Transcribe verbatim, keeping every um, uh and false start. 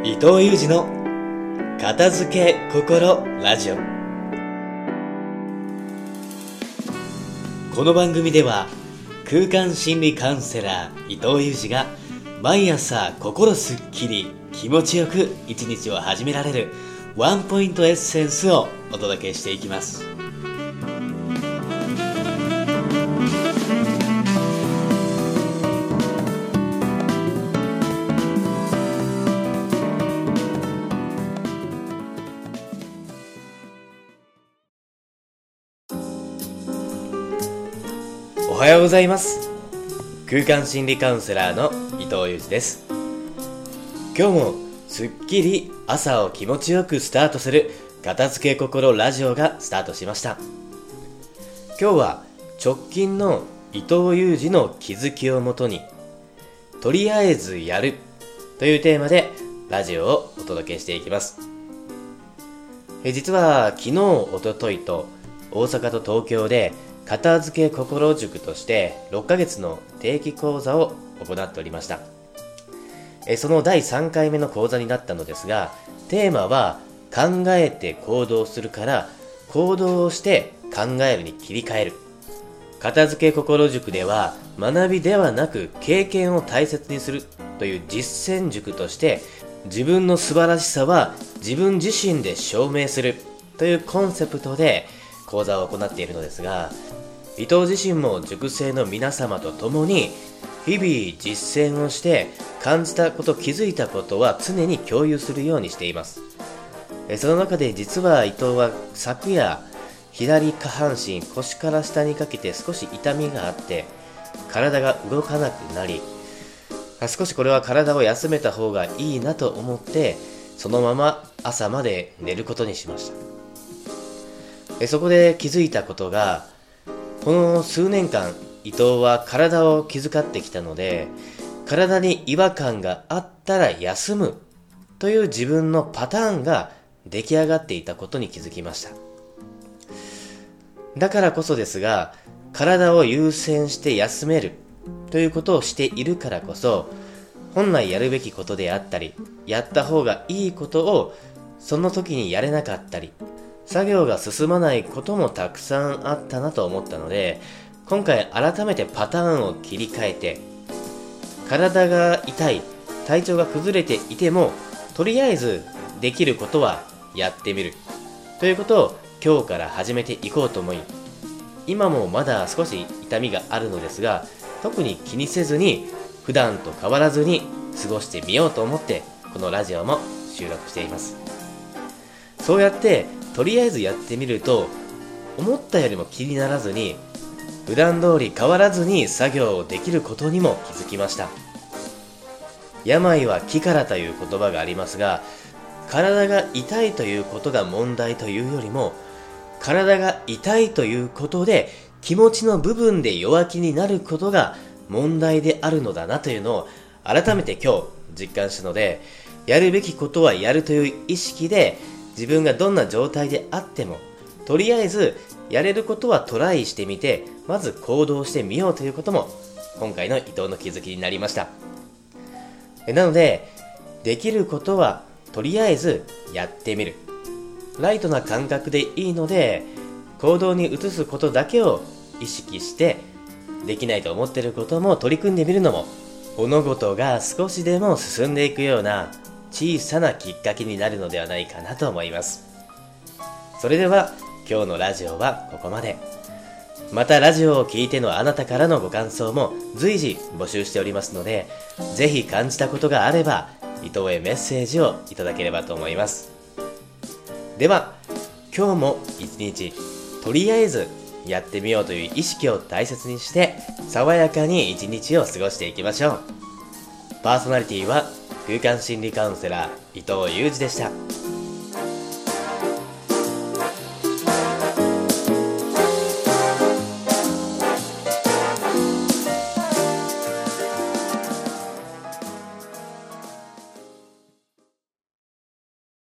伊藤裕二の片付け心ラジオ。この番組では空間心理カウンセラー伊藤裕二が毎朝心すっきり気持ちよく一日を始められるワンポイントエッセンスをお届けしていきます。おはようございます。空間心理カウンセラーの伊藤裕二です。今日もすっきり朝を気持ちよくスタートする片付け心ラジオがスタートしました。今日は直近の伊藤裕二の気づきをもとにとりあえずやるというテーマでラジオをお届けしていきます。え実は昨日、おとといと大阪と東京で片付け心塾としてろっかげつの定期講座を行っておりました。えそのだいさんかいめの講座になったのですが、テーマは考えて行動するから行動をして考えるに切り替える。片付け心塾では学びではなく経験を大切にするという実践塾として、自分の素晴らしさは自分自身で証明するというコンセプトで講座を行っているのですが、伊藤自身も塾生の皆様と共に日々実践をして感じたこと、気づいたことは常に共有するようにしています。その中で実は伊藤は昨夜左下半身、腰から下にかけて少し痛みがあって体が動かなくなり、少しこれは体を休めた方がいいなと思ってそのまま朝まで寝ることにしました。そこで気づいたことが、この数年間伊藤は体を気遣ってきたので、体に違和感があったら休むという自分のパターンが出来上がっていたことに気づきました。だからこそですが、体を優先して休めるということをしているからこそ、本来やるべきことであったり、やった方がいいことをその時にやれなかったり、作業が進まないこともたくさんあったなと思ったので、今回改めてパターンを切り替えて、体が痛い、体調が崩れていてもとりあえずできることはやってみるということを今日から始めていこうと思い、今もまだ少し痛みがあるのですが、特に気にせずに普段と変わらずに過ごしてみようと思ってこのラジオも収録しています。そうやってとりあえずやってみると、思ったよりも気にならずに普段通り変わらずに作業をできることにも気づきました。病は気からという言葉がありますが、体が痛いということが問題というよりも、体が痛いということで気持ちの部分で弱気になることが問題であるのだなというのを改めて今日実感したので、やるべきことはやるという意識で、自分がどんな状態であってもとりあえずやれることはトライしてみて、まず行動してみようということも今回の伊藤の気づきになりました。なので、できることはとりあえずやってみる、ライトな感覚でいいので、行動に移すことだけを意識して、できないと思っていることも取り組んでみるのも、物事が少しでも進んでいくような小さなきっかけになるのではないかなと思います。それでは今日のラジオはここまで。またラジオを聞いてのあなたからのご感想も随時募集しておりますので、ぜひ感じたことがあれば伊藤へメッセージをいただければと思います。では今日も一日とりあえずやってみようという意識を大切にして、爽やかに一日を過ごしていきましょう。パーソナリティは空間心理カウンセラー伊藤裕二でした。